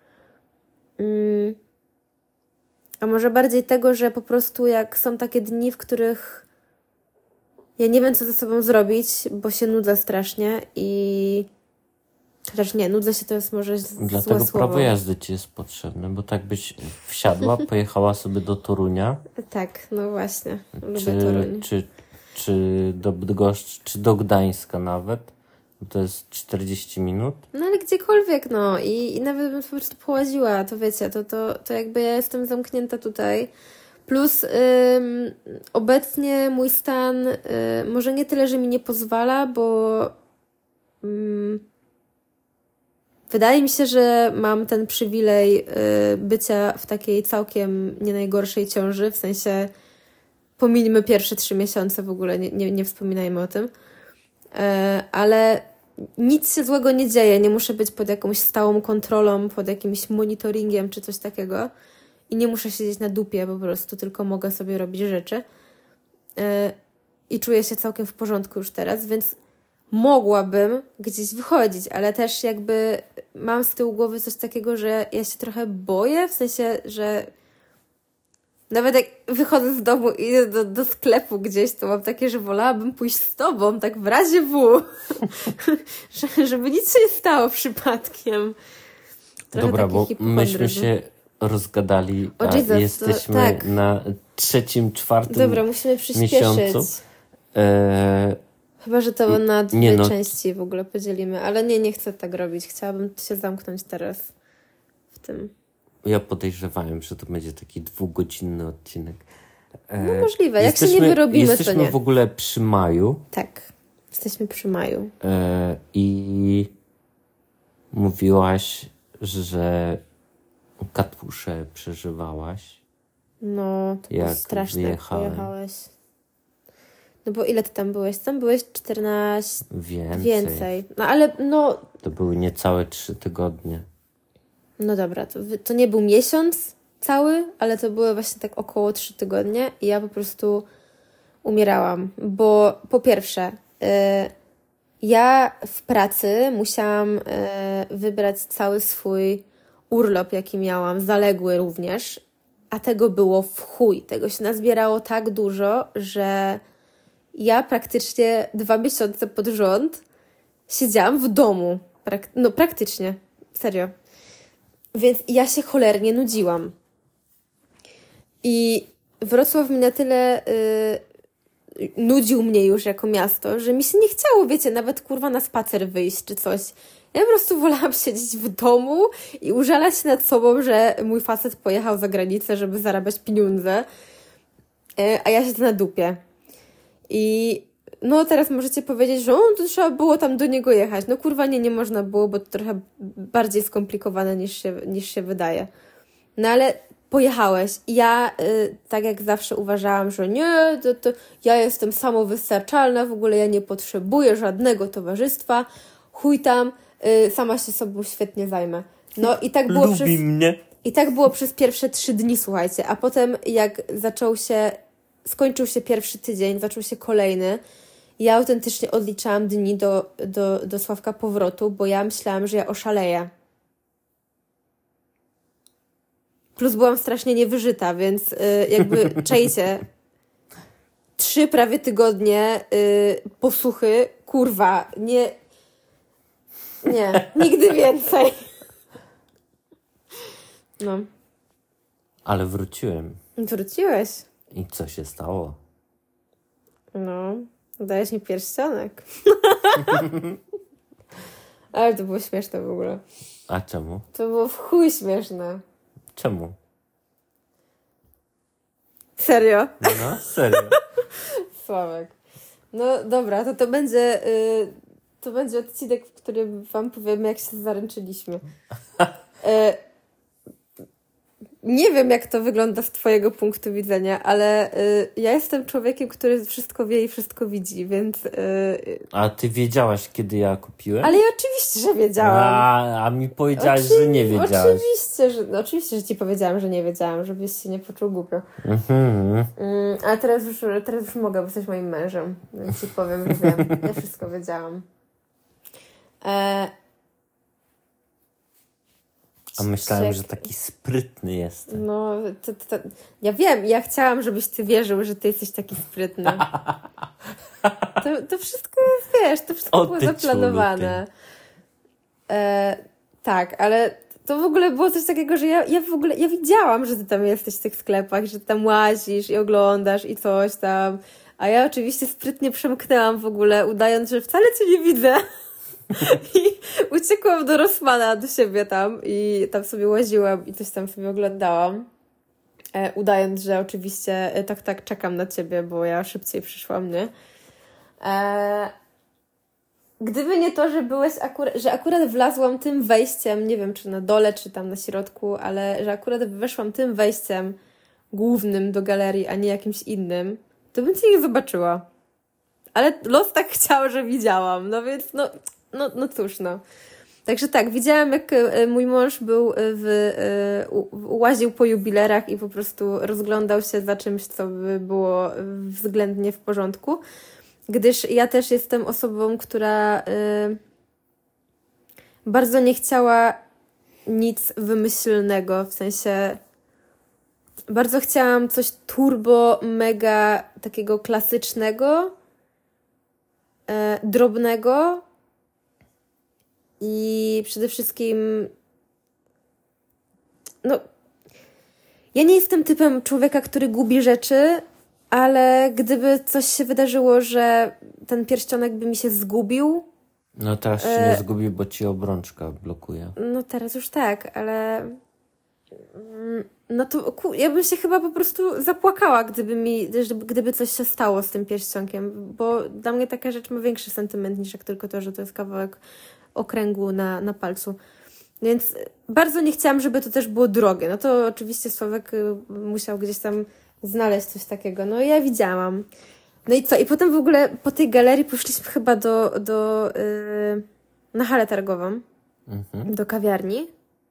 A może bardziej tego, że po prostu jak są takie dni, w których ja nie wiem, co ze sobą zrobić, bo się nudzę strasznie i Chociaż nie, nudzę się to jest może z- Dlatego złe słowo. prawo jazdy ci jest potrzebne, bo tak byś wsiadła, pojechała sobie do Torunia, Tak, no właśnie. Lubię czy, Toruń. czy, czy do Bydgoszczy, czy do Gdańska nawet. To jest czterdzieści minut. No ale gdziekolwiek, no. I, i nawet bym po prostu połaziła, to wiecie, to, to, to jakby ja jestem zamknięta tutaj. Plus ym, obecnie mój stan y, może nie tyle, że mi nie pozwala, bo ym, wydaje mi się, że mam ten przywilej y, bycia w takiej całkiem nie najgorszej ciąży, w sensie pomińmy pierwsze trzy miesiące w ogóle, nie, nie, nie wspominajmy o tym. E, ale nic się złego nie dzieje, nie muszę być pod jakąś stałą kontrolą, pod jakimś monitoringiem czy coś takiego i nie muszę siedzieć na dupie po prostu, tylko mogę sobie robić rzeczy e, i czuję się całkiem w porządku już teraz, więc mogłabym gdzieś wychodzić, ale też jakby mam z tyłu głowy coś takiego, że ja się trochę boję, w sensie, że nawet jak wychodzę z domu i idę do, do sklepu gdzieś, to mam takie, że wolałabym pójść z tobą, tak w razie W, że, żeby nic się nie stało przypadkiem. Trochę Dobra, taki bo hipochondryzm. myśmy się rozgadali, O a Jesus, to jesteśmy tak. na trzecim, czwartym Dobra, musimy przyspieszyć. miesiącu. E, Chyba, że to na dwie nie no. części w ogóle podzielimy, ale nie, nie chcę tak robić. Chciałabym się zamknąć teraz w tym. ja podejrzewałem, że to będzie taki dwugodzinny odcinek. E, No możliwe, jak się jesteśmy- nie wyrobimy, to Jesteśmy nie. w ogóle przy maju Tak, jesteśmy przy maju. e, i mówiłaś, że katusze przeżywałaś. No, to było Jak straszne, jak wyjechałem. pojechałeś. No bo ile ty tam byłeś? Tam byłeś czternaście, Więcej. więcej. No ale no, To były niecałe trzy tygodnie. no dobra, to, wy- to nie był miesiąc cały, ale to były właśnie tak około trzy tygodnie i ja po prostu umierałam, bo po pierwsze, y, ja w pracy musiałam y, wybrać cały swój urlop, jaki miałam, zaległy również, a tego było w chuj. Tego się nazbierało tak dużo, że ja praktycznie dwa miesiące pod rząd siedziałam w domu. Prak- no praktycznie. Serio. Więc ja się cholernie nudziłam. I Wrocław mi na tyle y, nudził mnie już jako miasto, że mi się nie chciało, wiecie, nawet kurwa na spacer wyjść czy coś. Ja po prostu wolałam siedzieć w domu i użalać się nad sobą, że mój facet pojechał za granicę, żeby zarabiać pieniądze, y, a ja siedzę na dupie. I no teraz możecie powiedzieć, że o, to trzeba było tam do niego jechać. No kurwa nie, nie można było, bo to trochę bardziej skomplikowane niż się, niż się wydaje. No ale pojechałeś. I ja y, tak jak zawsze uważałam, że nie, to, to ja jestem samowystarczalna, w ogóle ja nie potrzebuję żadnego towarzystwa. Chuj tam, y, sama się sobą świetnie zajmę. No i tak było Lubi przez... mnie. I tak było przez pierwsze trzy dni, słuchajcie. A potem jak zaczął się, skończył się pierwszy tydzień, zaczął się kolejny, ja autentycznie odliczałam dni do, do, do Sławka powrotu, bo ja myślałam, że ja oszaleję. Plus byłam strasznie niewyżyta, więc y, jakby, czajcie, trzy prawie tygodnie y, posłuchy, kurwa, nie, nie, nigdy więcej. No. Ale wróciłem. Wróciłeś. I co się stało? No, dałeś mi pierścionek. Ale to było śmieszne w ogóle. A czemu? To było w chuj śmieszne. Czemu? Serio? No, serio. Sławek. No dobra, to to będzie y, to będzie odcinek, w którym wam powiemy, jak się zaręczyliśmy. Y, nie wiem, jak to wygląda z twojego punktu widzenia, ale y, ja jestem człowiekiem, który wszystko wie i wszystko widzi, więc... Y, A ty wiedziałaś, kiedy ja kupiłem? ale ja oczywiście, że wiedziałam. A, a mi powiedziałaś, że nie wiedziałaś. Oczywiście, że, no, oczywiście, że ci powiedziałam, że nie wiedziałam, żebyś się nie poczuł głupio. Mhm. Mm, ale teraz już, teraz już mogę, bo jesteś moim mężem, więc ci powiem, że wiem. Ja wszystko wiedziałam. E... A myślałem, Jak- że taki sprytny jestem. No, to, to, to... ja wiem, ja chciałam, żebyś ty wierzył, że ty jesteś taki sprytny. To, to wszystko jest, wiesz, to wszystko O, było ty zaplanowane. E, tak, ale to w ogóle było coś takiego, że ja, ja w ogóle, ja widziałam, że ty tam jesteś w tych sklepach, że ty tam łazisz i oglądasz i coś tam, a ja oczywiście sprytnie przemknęłam w ogóle, udając, że wcale cię nie widzę. I uciekłam do Rossmana, do siebie tam i tam sobie łaziłam i coś tam sobie oglądałam. E, udając, że oczywiście e, tak, tak, czekam na ciebie, bo ja szybciej przyszłam, nie? E, gdyby nie to, że byłeś akurat, że akurat wlazłam tym wejściem, nie wiem, czy na dole, czy tam na środku, ale że akurat weszłam tym wejściem głównym do galerii, a nie jakimś innym, to bym cię nie zobaczyła. Ale los tak chciał, że widziałam, no więc no, no, no cóż, no. Także tak, widziałam, jak mój mąż był w, u, łaził po jubilerach i po prostu rozglądał się za czymś, co by było względnie w porządku, gdyż ja też jestem osobą, która y, bardzo nie chciała nic wymyślnego, w sensie bardzo chciałam coś turbo, mega takiego klasycznego, y, drobnego, i przede wszystkim no ja nie jestem typem człowieka, który gubi rzeczy, ale gdyby coś się wydarzyło, że ten pierścionek by mi się zgubił... No teraz się nie zgubił, bo ci obrączka blokuje. No teraz już tak, ale... No to ja bym się chyba po prostu zapłakała, gdyby mi, gdyby coś się stało z tym pierścionkiem, bo dla mnie taka rzecz ma większy sentyment niż jak tylko to, że to jest kawałek okręgu na, na palcu. Więc bardzo nie chciałam, żeby to też było drogie. No to oczywiście Sławek musiał gdzieś tam znaleźć coś takiego. No ja widziałam. No i co? I potem w ogóle po tej galerii poszliśmy chyba do, do yy, na halę targową. Mhm. Do kawiarni.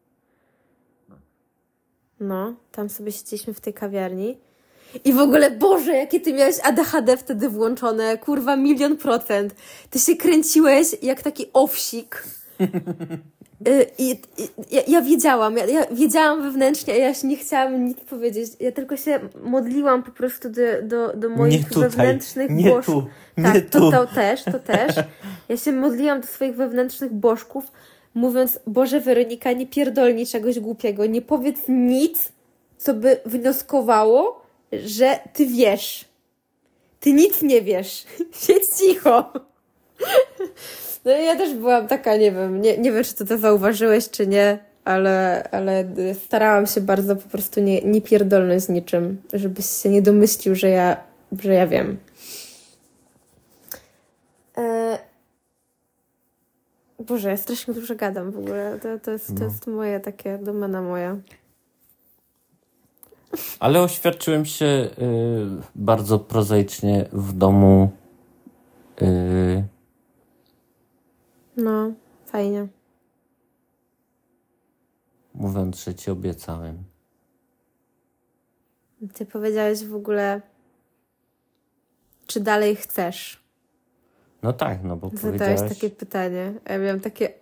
No, tam sobie siedzieliśmy w tej kawiarni. I w ogóle, Boże, jakie ty miałeś A D H D wtedy włączone. Kurwa, milion procent. Ty się kręciłeś jak taki owsik. I, i, ja, ja wiedziałam, ja, ja wiedziałam wewnętrznie, a ja się nie chciałam nic powiedzieć. Ja tylko się modliłam po prostu do, do, do moich tutaj, wewnętrznych nie bożków. Tu, nie tak, tu. To, to też, to też. Ja się modliłam do swoich wewnętrznych bożków, mówiąc, Boże, Weronika, nie pierdolnij czegoś głupiego, nie powiedz nic, co by wnioskowało, że ty wiesz. Ty nic nie wiesz. Siedź cicho. No i ja też byłam taka, nie wiem, nie, nie wiem, czy ty to zauważyłeś, czy nie, ale, ale starałam się bardzo po prostu nie, nie pierdolnąć z niczym, żebyś się nie domyślił, że ja, że ja wiem. E... Boże, ja strasznie dużo gadam w ogóle. To, to, jest, to jest moje takie, domena moja. Ale oświadczyłem się y, bardzo prozaicznie w domu. Y... No, fajnie. Mówiąc, że ci obiecałem. Ty powiedziałeś w ogóle, czy dalej chcesz? No tak, no bo Zadałeś powiedziałeś... takie pytanie, a ja miałam takie...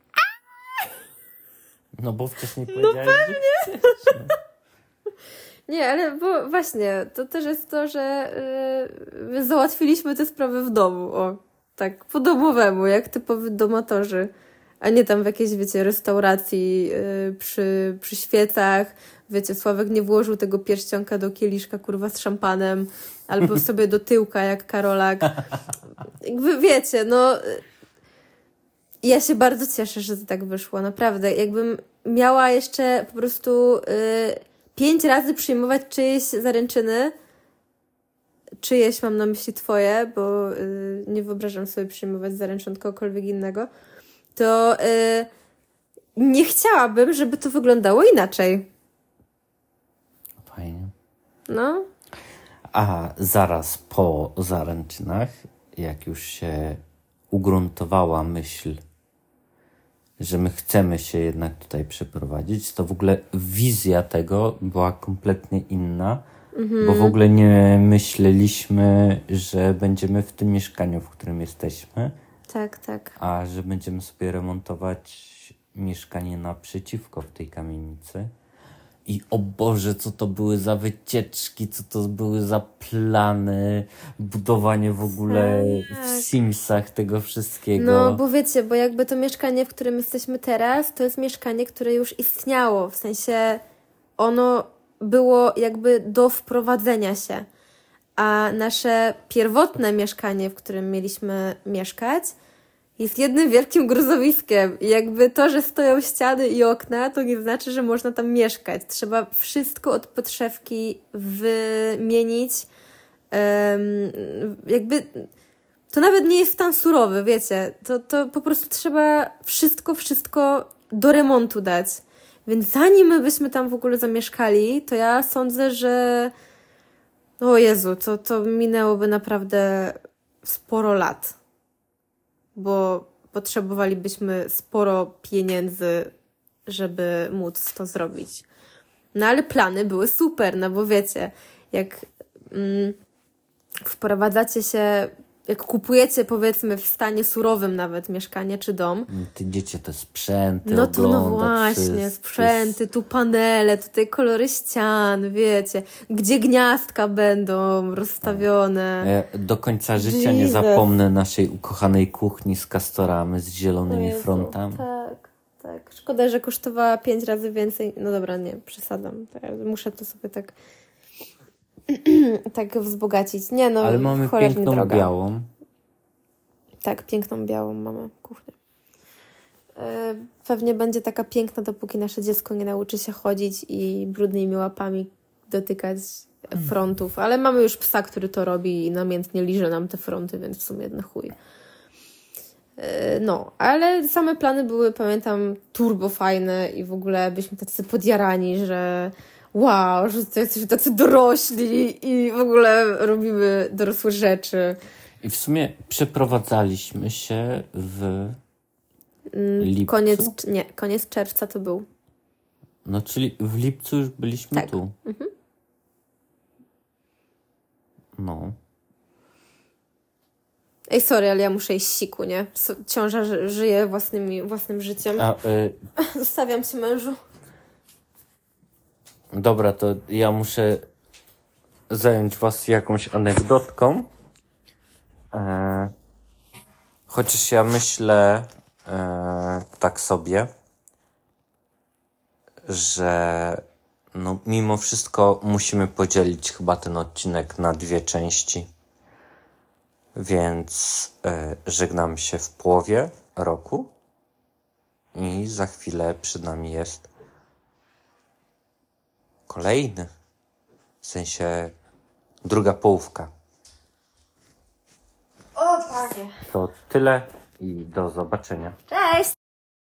No bo wcześniej powiedziałeś, no pewnie. Że chcesz, no. Nie, ale bo właśnie, to też jest to, że yy, załatwiliśmy te sprawy w domu, o, tak, po domowemu, jak typowi domatorzy, a nie tam w jakiejś, wiecie, restauracji yy, przy, przy świecach, wiecie, Sławek nie włożył tego pierścionka do kieliszka, kurwa, z szampanem, albo sobie do tyłka, jak Karolak. Jakby, wiecie, no... Ja się bardzo cieszę, że to tak wyszło, naprawdę. Jakbym miała jeszcze po prostu... Yy, pięć razy przyjmować czyjeś zaręczyny, czyjeś mam na myśli twoje, bo yy, nie wyobrażam sobie przyjmować zaręczyn kogokolwiek innego, to yy, nie chciałabym, żeby to wyglądało inaczej. Fajnie. No. A zaraz po zaręczynach, jak już się ugruntowała myśl, że my chcemy się jednak tutaj przeprowadzić, to w ogóle wizja tego była kompletnie inna, mhm. bo w ogóle nie myśleliśmy, że będziemy w tym mieszkaniu, w którym jesteśmy. Tak, tak. A że będziemy sobie remontować mieszkanie naprzeciwko w tej kamienicy. I o Boże, co to były za wycieczki, co to były za plany, budowanie w ogóle Tak. w Simsach tego wszystkiego. No, bo wiecie, bo jakby to mieszkanie, w którym jesteśmy teraz, to jest mieszkanie, które już istniało. W sensie ono było jakby do wprowadzenia się. A nasze pierwotne mieszkanie, w którym mieliśmy mieszkać, jest jednym wielkim gruzowiskiem. I jakby to, że stoją ściany i okna, to nie znaczy, że można tam mieszkać. Trzeba wszystko od podszewki wymienić. Um, jakby to nawet nie jest stan surowy, wiecie. To, to po prostu trzeba wszystko, wszystko do remontu dać. Więc zanim my byśmy tam w ogóle zamieszkali, to ja sądzę, że o Jezu, to, to minęłoby naprawdę sporo lat. Bo potrzebowalibyśmy sporo pieniędzy, żeby móc to zrobić. No ale plany były super, no bo wiecie, jak mm, wprowadzacie się, jak kupujecie powiedzmy w stanie surowym nawet mieszkanie czy dom, Ty idziecie te sprzęty no to no oglądać, właśnie, wszystko. sprzęty, tu panele, tutaj kolory ścian, wiecie, gdzie gniazdka będą rozstawione. Ja do końca życia nie Jesus. zapomnę naszej ukochanej kuchni z kastorami, z zielonymi Jezu, frontami. Tak, tak. Szkoda, że kosztowała pięć razy więcej. No dobra, nie, przesadzam. Muszę to sobie tak tak wzbogacić. Nie no, Ale mamy cholernie piękną droga. białą. Tak, piękną białą mamy kuchnię. Pewnie będzie taka piękna, dopóki nasze dziecko nie nauczy się chodzić i brudnymi łapami dotykać frontów. Ale mamy już psa, który to robi i namiętnie liże nam te fronty, więc w sumie jeden chuj. No, ale same plany były, pamiętam, turbo fajne i w ogóle byliśmy tacy podjarani, że wow, że jesteśmy tacy dorośli i w ogóle robimy dorosłe rzeczy. I w sumie przeprowadzaliśmy się w lipcu. Koniec, nie, koniec czerwca to był. No, czyli w lipcu już byliśmy Tak. tu. Mhm. No. Ej, sorry, ale ja muszę iść siku, nie? Ciąża ży- żyje własnymi, własnym życiem. A, y, Zostawiam cię, mężu. dobra, to ja muszę zająć was jakąś anegdotką. E, chociaż ja myślę e, tak sobie, że no, mimo wszystko musimy podzielić chyba ten odcinek na dwie części. Więc e, żegnam się w połowie roku i za chwilę przed nami jest kolejny, w sensie druga połówka. O, panie. To tyle i do zobaczenia. Cześć!